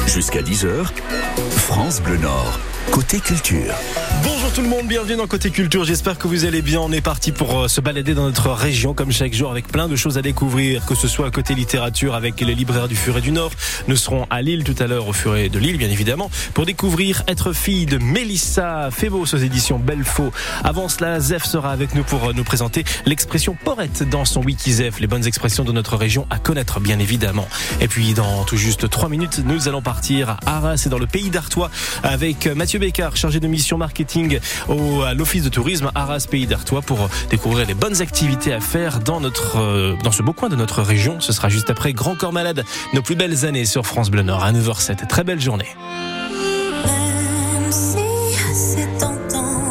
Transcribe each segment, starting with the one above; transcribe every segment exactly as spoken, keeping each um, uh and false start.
Jusqu'à dix heures, France Bleu Nord, côté culture. Bonjour tout le monde, bienvenue dans Côté Culture, j'espère que vous allez bien. On est parti pour se balader dans notre région comme chaque jour avec plein de choses à découvrir, que ce soit côté littérature avec les libraires du Furet du Nord. Nous serons à Lille tout à l'heure, au Furet de Lille bien évidemment, pour découvrir Être fille de Mélissa Fébos aux éditions Belfaux. Avant cela, Zef sera avec nous pour nous présenter l'expression porrette dans son Wiki Zef, les bonnes expressions de notre région à connaître bien évidemment. Et puis dans tout juste trois minutes, nous allons partir à Arras et dans le pays d'Artois avec Mathieu Bécard, chargé de mission marketing au, à l'office de tourisme Arras Pays d'Artois pour découvrir les bonnes activités à faire dans notre euh, dans ce beau coin de notre région. Ce sera juste après Grand Corps Malade, nos plus belles années sur France Bleu Nord à neuf heures sept. Très belle journée. Même si c'est tentant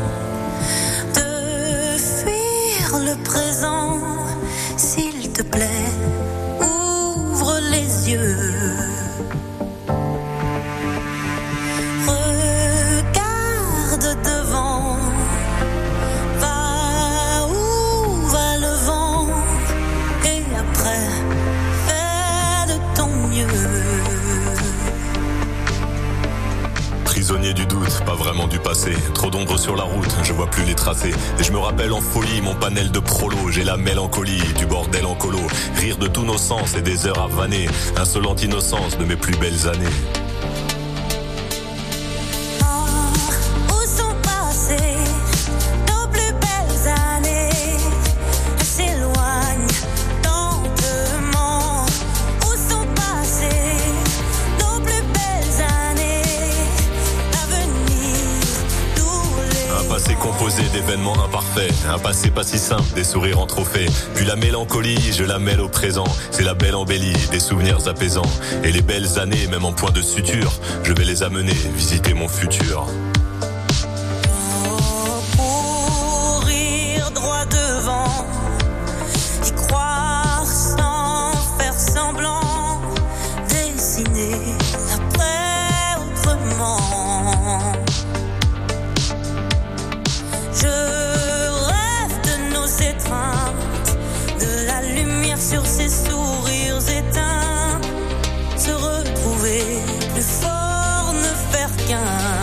de fuir le présent, s'il te plaît, ouvre les yeux. Prisonnier du doute, pas vraiment du passé. Trop d'ombre sur la route, je vois plus les tracés. Et je me rappelle en folie mon panel de prolo. J'ai la mélancolie du bordel en colo. Rire de tous nos sens et des heures à vanner. Insolente innocence de mes plus belles années. Composé d'événements imparfaits, un passé pas si simple, des sourires en trophée. Puis la mélancolie, je la mêle au présent. C'est la belle embellie, des souvenirs apaisants. Et les belles années, même en point de suture, je vais les amener visiter mon futur. Courir droit devant, y croire sans faire semblant, dessiner l'après autrement. Je rêve de nos étreintes, de la lumière sur ces sourires éteints, se retrouver plus fort, ne faire qu'un.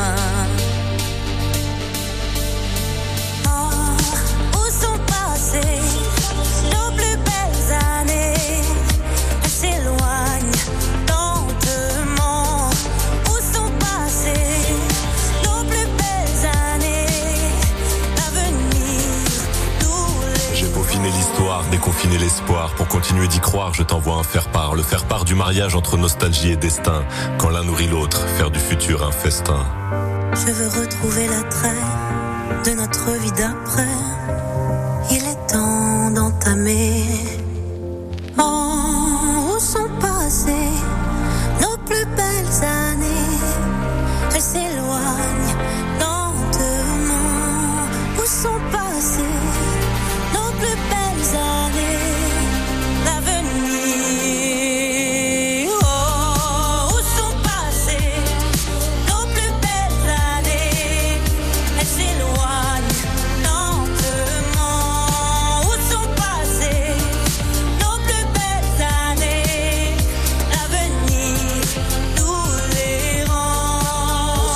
Oh, où sont passées nos plus belles années? Elles s'éloignent lentement. Où sont passées nos plus belles années? Peaufiner l'histoire, déconfiner l'espoir. Pour continuer d'y croire, je t'envoie un faire-part. Le faire-part du mariage entre nostalgie et destin. Quand l'un nourrit l'autre, faire du futur un festin. Je veux retrouver l'attrait de notre vie d'après. Il est temps d'entamer. Oh, où sont passées nos plus belles années? Elles s'éloignent lentement. Où sont passées nos plus belles années, l'avenir? Oh, où sont passées nos plus belles années? Elles s'éloignent lentement. Où sont passées nos plus belles années? L'avenir nous les rend.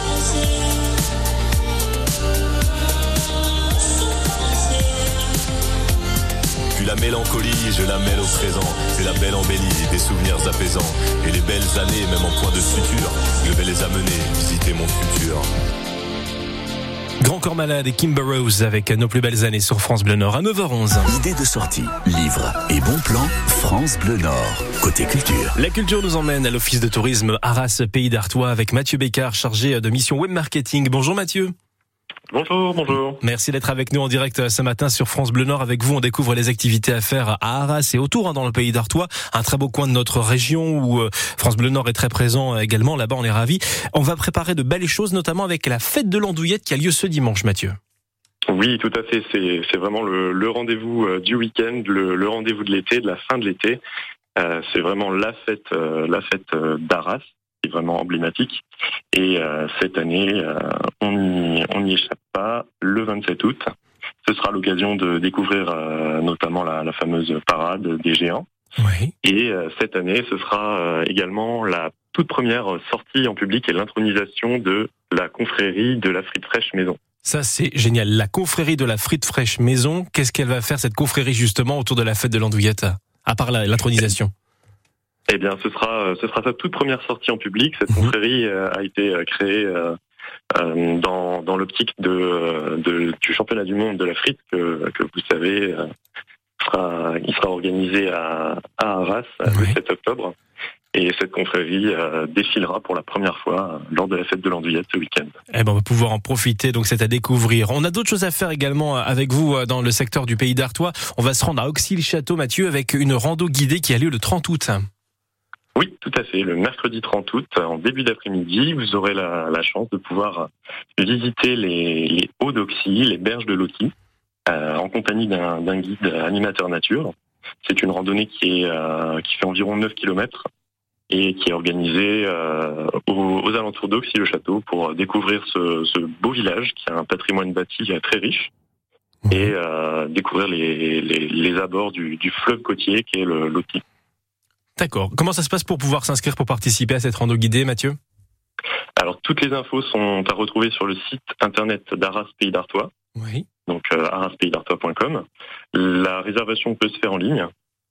Puis la mélancolie, je la mêle au présent. C'est la belle embellie, des souvenirs apaisants. Et les belles années, même en point de suture, je vais les amener visiter mon futur. Grand Corps Malade et Kimber Rose avec nos plus belles années sur France Bleu Nord à neuf heures onze. Idée de sortie, livres et bons plans, France Bleu Nord, côté culture. La culture nous emmène à l'office de tourisme Arras Pays d'Artois avec Mathieu Bécard, chargé de mission web marketing. Bonjour Mathieu. Bonjour, bonjour. Merci d'être avec nous en direct ce matin sur France Bleu Nord. Avec vous, on découvre les activités à faire à Arras et autour, hein, dans le pays d'Artois. Un très beau coin de notre région où euh, France Bleu Nord est très présent également. Là-bas, on est ravis. On va préparer de belles choses, notamment avec la fête de l'Andouillette qui a lieu ce dimanche, Mathieu. Oui, tout à fait. C'est, c'est vraiment le, le rendez-vous euh, du week-end, le, le rendez-vous de l'été, de la fin de l'été. Euh, c'est vraiment la fête, euh, la fête euh, d'Arras, qui est vraiment emblématique. Et euh, cette année, euh, on n'y on n'y échappe pas. Le vingt-sept août, ce sera l'occasion de découvrir euh, notamment la, la fameuse parade des géants. Oui. Et euh, cette année, ce sera euh, également la toute première sortie en public et l'intronisation de la confrérie de la frite fraîche maison. Ça, c'est génial. La confrérie de la frite fraîche maison, qu'est-ce qu'elle va faire, cette confrérie, justement, autour de la fête de l'andouillette, à part la, l'intronisation? Eh bien, ce sera, ce sera sa toute première sortie en public. Cette confrérie a été créée euh, euh, dans, dans l'optique de, de, du championnat du monde de la frite, que, que vous savez, euh, sera, il sera organisé à, à Arras, oui. le sept octobre. Et cette confrérie euh, défilera pour la première fois euh, lors de la fête de l'andouillette ce week-end. Eh ben, on va pouvoir en profiter, donc c'est à découvrir. On a d'autres choses à faire également avec vous euh, dans le secteur du Pays d'Artois. On va se rendre à Auxi-le-Château, Mathieu, avec une rando guidée qui a lieu le trente août. Oui, tout à fait. Le mercredi trente août, en début d'après-midi, vous aurez la, la chance de pouvoir visiter les, les hauts d'Auxi, les berges de l'Auxi, euh, en compagnie d'un, d'un guide animateur nature. C'est une randonnée qui, est, euh, qui fait environ neuf kilomètres. Et qui est organisé euh, aux, aux alentours d'Auxi-le-Château pour découvrir ce, ce beau village qui a un patrimoine bâti très riche et euh, découvrir les, les, les abords du, du fleuve côtier qui est le l'Auxi. D'accord. Comment ça se passe pour pouvoir s'inscrire pour participer à cette rando guidée, Mathieu? Alors, toutes les infos sont à retrouver sur le site internet d'Arras Pays d'Artois, oui. donc euh, arras pays d'artois point com. La réservation peut se faire en ligne.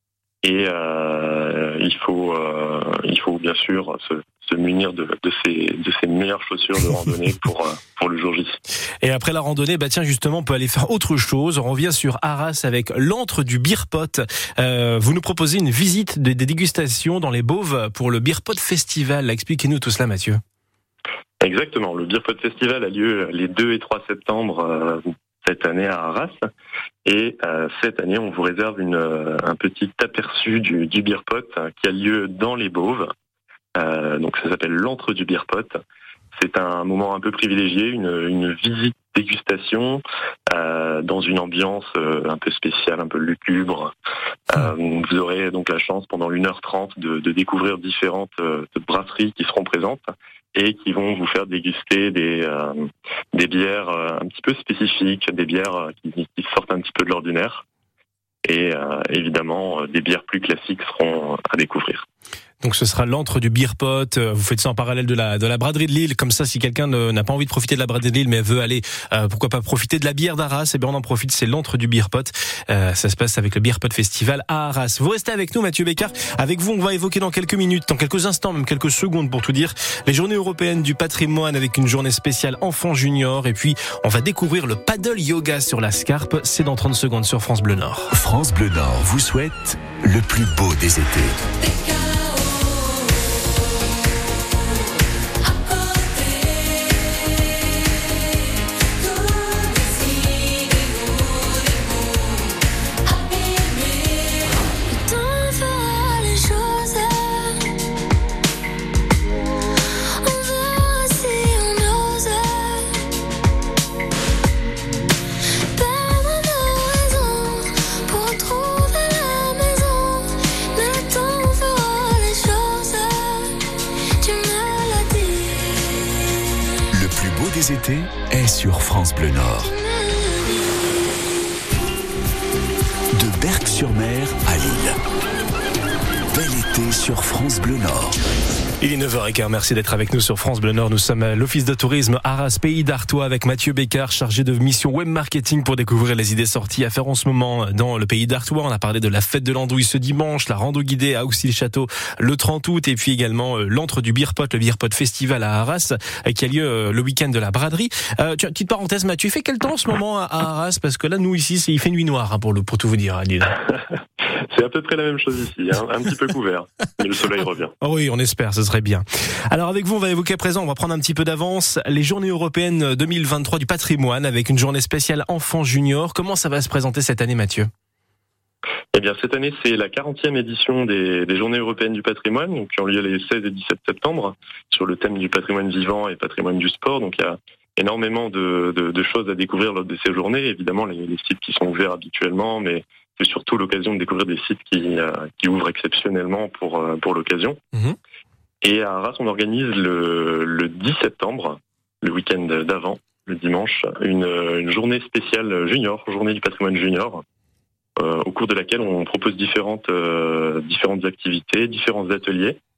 Et euh, il faut, euh, il faut bien sûr se, se munir de, de, ses, de ses meilleures chaussures de randonnée pour, pour le jour J. Et après la randonnée, bah tiens justement, on peut aller faire autre chose. On revient sur Arras avec l'antre du beer pot. Euh, vous nous proposez une visite des, des dégustations dans les Bauves pour le beer pot festival. Expliquez-nous tout cela, Mathieu. Exactement. Le beer pot festival a lieu les deux et trois septembre euh, cette année à Arras. Et euh, cette année, on vous réserve une, euh, un petit aperçu du, du beer pot euh, qui a lieu dans les Bauves. Euh, donc ça s'appelle l'antre du beer pot. C'est un moment un peu privilégié, une, une visite dégustation euh, dans une ambiance euh, un peu spéciale, un peu lugubre. Euh, vous aurez donc la chance pendant une heure trente de, de découvrir différentes euh, brasseries qui seront présentes et qui vont vous faire déguster des, euh, des bières euh, un petit peu spécifiques, des bières qui, qui sortent un petit peu de l'ordinaire. Et euh, évidemment, des bières plus classiques seront à découvrir. Donc ce sera l'antre du beer pot. Vous faites ça en parallèle de la de la braderie de Lille. Comme ça, si quelqu'un ne, n'a pas envie de profiter de la braderie de Lille, mais veut aller, euh, pourquoi pas profiter de la bière d'Arras, eh bien on en profite. C'est l'antre du beer pot. Euh, ça se passe avec le Beer Pot Festival à Arras. Vous restez avec nous, Mathieu Bécard. Avec vous, on va évoquer dans quelques minutes, dans quelques instants, même quelques secondes pour tout dire, les Journées européennes du patrimoine avec une journée spéciale enfants juniors. Et puis, on va découvrir le paddle yoga sur la Scarpe. C'est dans trente secondes sur France Bleu Nord. France Bleu Nord vous souhaite le plus beau des étés. Des étés est sur France Bleu Nord. De Berck-sur-Mer à Lille. Bel été sur France Bleu Nord. Il est neuf heures quinze, merci d'être avec nous sur France Bleu Nord. Nous sommes à l'Office de tourisme Arras Pays d'Artois avec Mathieu Bécard, chargé de mission web marketing pour découvrir les idées sorties à faire en ce moment dans le Pays d'Artois. On a parlé de la fête de l'andouille ce dimanche, la rando guidée à Auxi-le-Château le trente août et puis également l'antre du beer pot, le beer pot festival à Arras qui a lieu le week-end de la braderie. Euh, tu, petite parenthèse, Mathieu, il fait quel temps en ce moment à Arras? Parce que là, nous ici, c'est, il fait nuit noire hein, pour, le, pour tout vous dire à Lille. C'est à peu près la même chose ici, hein, un petit peu couvert, mais le soleil revient. Oh oui, on espère, ce serait bien. Alors avec vous, on va évoquer à présent, on va prendre un petit peu d'avance, les Journées européennes deux mille vingt-trois du patrimoine avec une journée spéciale enfants juniors. Comment ça va se présenter cette année, Mathieu? Eh bien, cette année, c'est la quarantième édition des, des Journées européennes du patrimoine, donc, qui ont lieu les seize et dix-sept septembre, sur le thème du patrimoine vivant et patrimoine du sport. Donc, il y a énormément de, de, de choses à découvrir lors de ces journées. Évidemment, les, les sites qui sont ouverts habituellement, mais c'est surtout l'occasion de découvrir des sites qui, euh, qui ouvrent exceptionnellement pour, euh, pour l'occasion. Mmh. Et à Arras, on organise le, le dix septembre, le week-end d'avant, le dimanche, une, une journée spéciale junior, journée du patrimoine junior, euh, au cours de laquelle on propose différentes, euh, différentes activités, différents ateliers,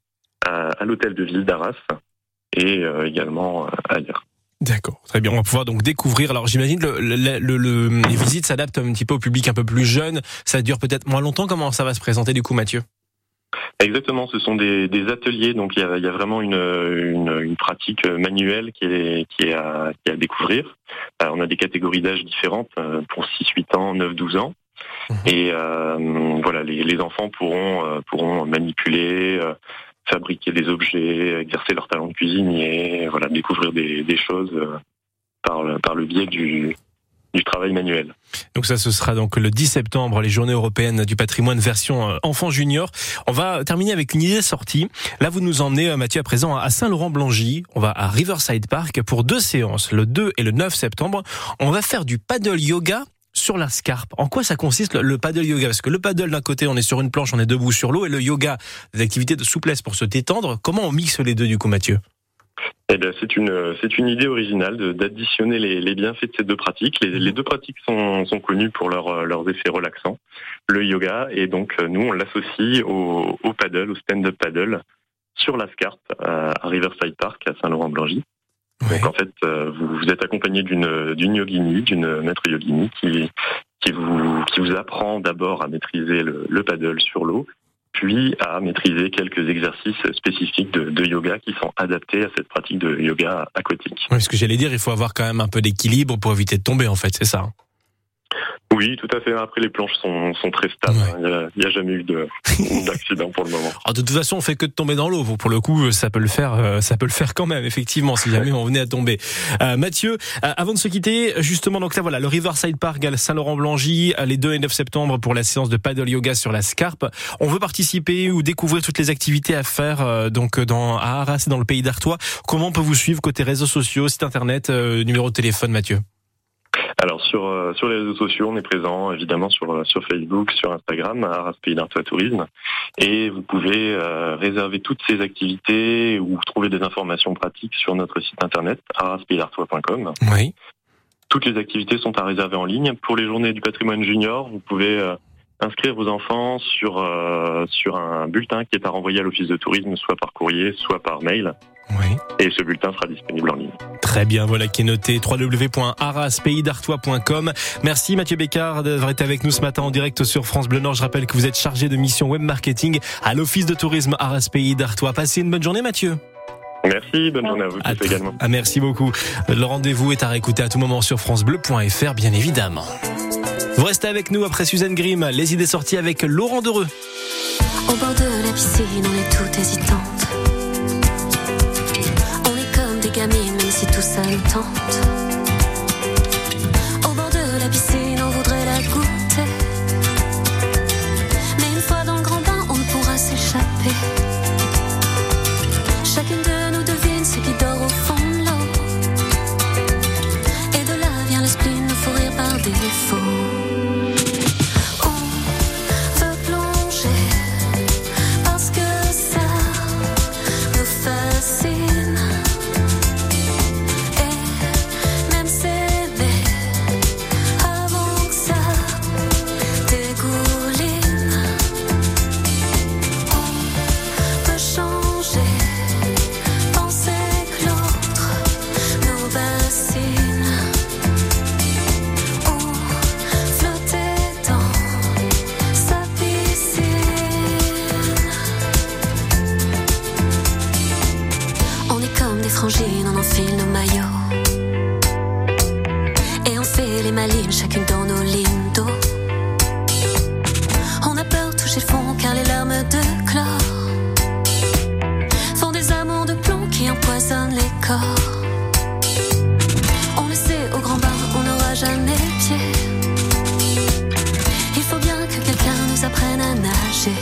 à, à l'hôtel de ville d'Arras et euh, également euh, ailleurs. D'accord, très bien. On va pouvoir donc découvrir. Alors j'imagine que le, le, le, le, les visites s'adaptent un petit peu au public un peu plus jeune. Ça dure peut-être moins longtemps. Comment ça va se présenter du coup, Mathieu ? Exactement, ce sont des, des ateliers, donc il y a, il y a vraiment une, une, une pratique manuelle qui est, qui est, à, qui est à découvrir. Euh, on a des catégories d'âge différentes euh, pour six, huit ans, neuf, douze ans. Mmh. Et euh, voilà, les, les enfants pourront, euh, pourront manipuler, euh, fabriquer des objets, exercer leur talent de cuisinier, voilà, découvrir des, des choses euh, par, le, par le biais du... du travail manuel. Donc ça, ce sera donc le dix septembre, les Journées européennes du patrimoine version enfant junior. On va terminer avec une idée sortie. Là, vous nous emmenez, Mathieu, à présent à Saint-Laurent-Blangy. On va à Riverside Park pour deux séances, le deux et le neuf septembre. On va faire du paddle yoga sur la Scarpe. En quoi ça consiste le paddle yoga ? Parce que le paddle, d'un côté, on est sur une planche, on est debout sur l'eau, et le yoga, des activités de souplesse pour se détendre. Comment on mixe les deux du coup, Mathieu ? Eh bien, c'est une c'est une idée originale de, d'additionner les, les bienfaits de ces deux pratiques. Les, les deux pratiques sont, sont connues pour leur, leurs effets relaxants. Le yoga, et donc nous on l'associe au, au paddle, au stand-up paddle sur la Scarpe à Riverside Park à Saint-Laurent-Blangy. Ouais. Donc en fait, vous, vous êtes accompagné d'une d'une yogini, d'une maître yogini qui qui vous qui vous apprend d'abord à maîtriser le, le paddle sur l'eau, puis à maîtriser quelques exercices spécifiques de, de yoga qui sont adaptés à cette pratique de yoga aquatique. Oui, ce que j'allais dire, il faut avoir quand même un peu d'équilibre pour éviter de tomber, en fait, c'est ça ? Oui, tout à fait. Après, les planches sont, sont très stables. Ouais. Il n'y a, a jamais eu de, d'accident pour le moment. Alors, de toute façon, on fait que de tomber dans l'eau. Pour le coup, ça peut le faire, ça peut le faire quand même, effectivement, si jamais on venait à tomber. Euh, Mathieu, euh, avant de se quitter, justement, donc là, voilà, le Riverside Park à Saint-Laurent-Blangy, les deux et neuf septembre pour la séance de paddle yoga sur la Scarpe. On veut participer ou découvrir toutes les activités à faire, euh, donc, dans, à Arras, dans le pays d'Artois. Comment on peut vous suivre côté réseaux sociaux, site internet, euh, numéro de téléphone, Mathieu ? Alors sur euh, sur les réseaux sociaux, on est présent évidemment sur sur Facebook, sur Instagram, Arras Pays d'Artois Tourisme, et vous pouvez euh, réserver toutes ces activités ou trouver des informations pratiques sur notre site internet arras pays d'artois point com. Oui. Toutes les activités sont à réserver en ligne. Pour les Journées du patrimoine junior, vous pouvez euh, inscrire vos enfants sur euh, sur un bulletin qui est à renvoyer à l'office de tourisme, soit par courrier, soit par mail. Oui. Et ce bulletin sera disponible en ligne. Très bien, voilà qui est noté, w w w point arras pays d'artois point com. Merci Mathieu Bécard d'avoir été avec nous ce matin en direct sur France Bleu Nord. Je rappelle que vous êtes chargé de mission web marketing à l'office de tourisme Arras Pays d'Artois. Passez une bonne journée, Mathieu. Merci, bonne journée à vous tous également. Ah, merci beaucoup. Le rendez-vous est à réécouter à tout moment sur francebleu point f r, bien évidemment. Vous restez avec nous après Suzanne Grimm, les idées sorties avec Laurent Dereux. Au bord de la piscine, on est toutes hésitantes. Gamine, même si tout ça nous tente. Au bord de la piscine, on voudrait la goûter. Mais une fois dans le grand bain, on ne pourra s'échapper. Chacune de nous devine ce qui dort au fond de l'eau. Et de là vient le spleen, nous faut rire par défaut. On veut plonger parce que ça nous fascine. On enfile nos maillots et on fait les malines, chacune dans nos lignes d'eau. On a peur de toucher le fond car les larmes de chlore font des amonts de plomb qui empoisonnent les corps. On le sait, au grand bain, on n'aura jamais pied. Il faut bien que quelqu'un nous apprenne à nager.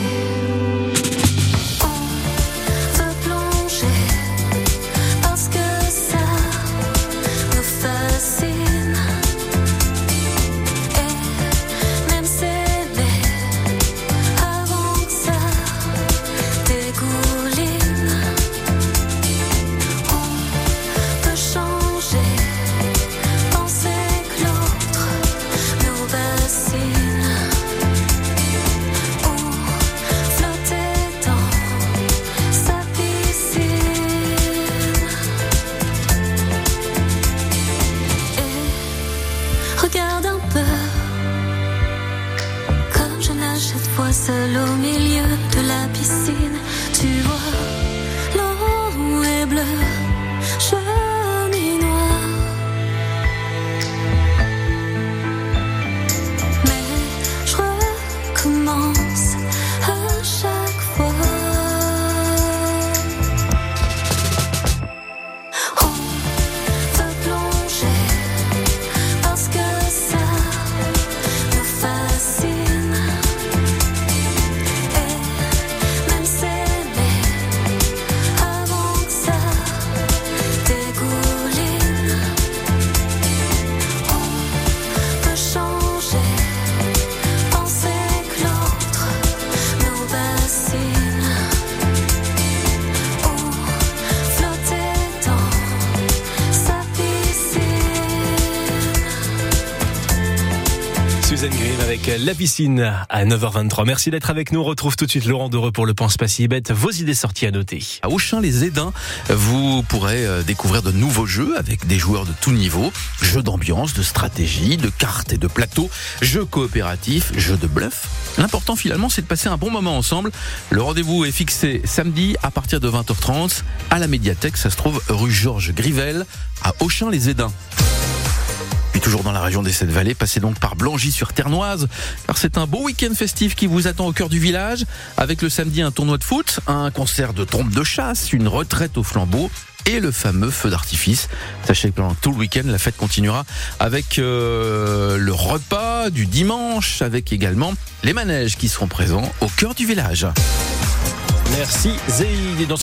Boys and Green avec la piscine à neuf heures vingt-trois. Merci d'être avec nous. On retrouve tout de suite Laurent Dereux pour le point Spacibet. Vos idées sorties à noter. À Auchin-les-Édins, vous pourrez découvrir de nouveaux jeux avec des joueurs de tout niveau. Jeux d'ambiance, de stratégie, de cartes et de plateau, jeux coopératifs, jeux de bluff. L'important finalement, c'est de passer un bon moment ensemble. Le rendez-vous est fixé samedi à partir de vingt heures trente à la médiathèque. Ça se trouve rue Georges Grivel à Auchin-les-Édins. Puis toujours dans la région des Sept-Vallées, passez donc par Blangy-sur-Ternoise, car c'est un beau week-end festif qui vous attend au cœur du village, avec le samedi un tournoi de foot, un concert de trompe de chasse, une retraite au flambeau et le fameux feu d'artifice. Sachez que pendant tout le week-end, la fête continuera avec euh, le repas du dimanche, avec également les manèges qui seront présents au cœur du village. Merci Zéid.